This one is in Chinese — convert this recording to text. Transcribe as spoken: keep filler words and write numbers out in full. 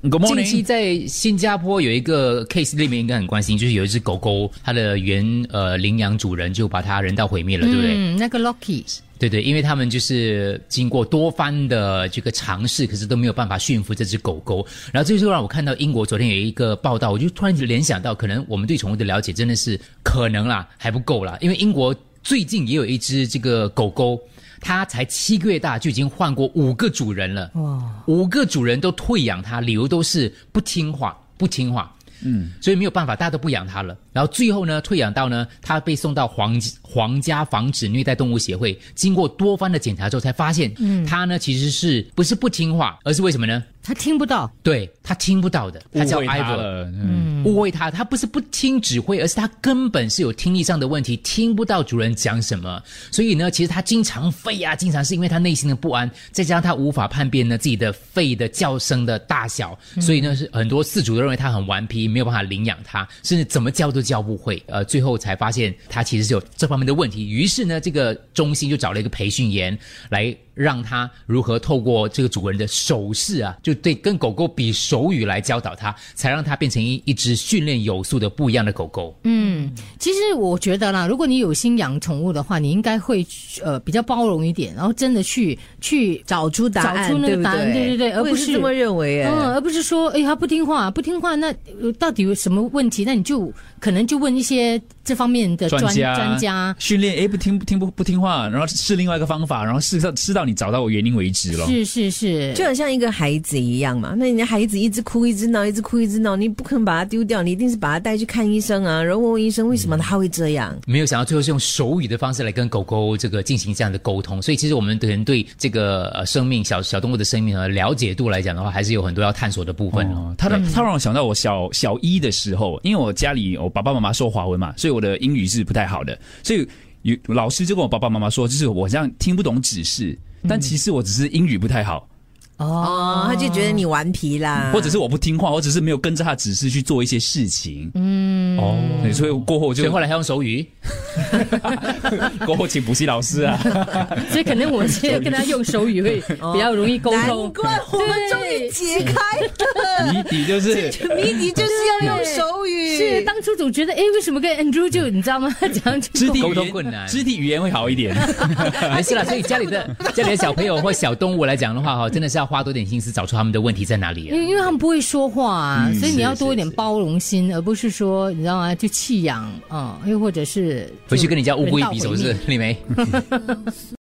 Good morning。 近期在新加坡有一个 case 里面应该很关心，就是有一只狗狗，它的原呃领养主人就把它人道毁灭了，对不对？ 嗯，那个 Locky。 对对，因为他们就是经过多番的这个尝试，可是都没有办法驯服这只狗狗。然后这就让我看到英国昨天有一个报道，我就突然联想到，可能我们对宠物的了解真的是可能啦，还不够啦。因为英国最近也有一只这个狗狗，它才七个月大就已经换过五个主人了，哇！五个主人都退养它，理由都是不听话，不听话。嗯，所以没有办法，大家都不养它了。然后最后呢，退养到呢，它被送到皇皇家防止虐待动物协会，经过多番的检查之后，才发现，嗯，它呢其实是不是不听话，而是为什么呢？ 他听不到， 对他听不到的，他叫 Ivor， 嗯， 误会他，他不是不听指挥，而是他根本是有听力上的问题，听不到主人讲什么。所以呢，其实他经常吠啊，经常是因为他内心的不安，再加上他无法判别呢自己的吠的叫声的大小，嗯、所以呢，是很多饲主都认为他很顽皮，没有办法领养他，甚至怎么教都教不会。呃，最后才发现他其实是有这方面的问题。于是呢，这个中心就找了一个培训员来让他如何透过这个主人的手势啊，就对跟狗狗比手语来教导他，才让他变成一一只训练有素的不一样的狗狗。 嗯，其实我觉得啦，如果你有心养宠物的话，你应该会呃比较包容一点，然后真的去去找出答案， 找出那个答案，对对对，而不是这么认为， 嗯，而不是说哎他不听话，不听话，那、呃、到底有什么问题？那你就可能就问一些这方面的专家专家训练，哎不听不听不不听话，然后试另外一个方法，然后试到试到你找到原因为止了。 是是是， 就很像一个孩子一样嘛。那你的孩子一直哭一直闹，一直哭一直闹，你不可能把他丢掉，你一定是把他带去看医生啊，然后问问医生为什么他会这样。 没有想到最后是用手语的方式来跟狗狗这个进行这样的沟通，所以其实我们可能对这个呃生命小小动物的生命和了解度来讲的话，还是有很多要探索的部分。 哦，他他让我想到我小小一的时候，因为我家里我爸爸妈妈说华文嘛，所以我的英语是不太好的，所以有老师就跟我爸爸妈妈说，就是我这样听不懂指示，但其实我只是英语不太好。 哦，他就觉得你顽皮啦， 或者是我不听话，或者是没有跟着他指示去做一些事情。嗯，哦，所以过后就， 所以后来还用手语。 过后请补习老师啊。 所以可能我现在跟他用手语会比较容易沟通。 难怪我们终于解开了谜底，就是谜底就是要用手语。 是当初总觉得，哎，为什么跟 Andrew 就你知道吗？讲肢体沟通困难， 肢体语言会好一点。 没事啦，所以家里的家里的小朋友或小动物来讲的话，哈，真的是要花多点心思找出他们的问题在哪里、啊。 因为因为他们不会说话啊，嗯、所以你要多一点包容心，而不是说你知道吗？就弃养啊，又、嗯、或者是回去跟你家乌龟比手势，李梅。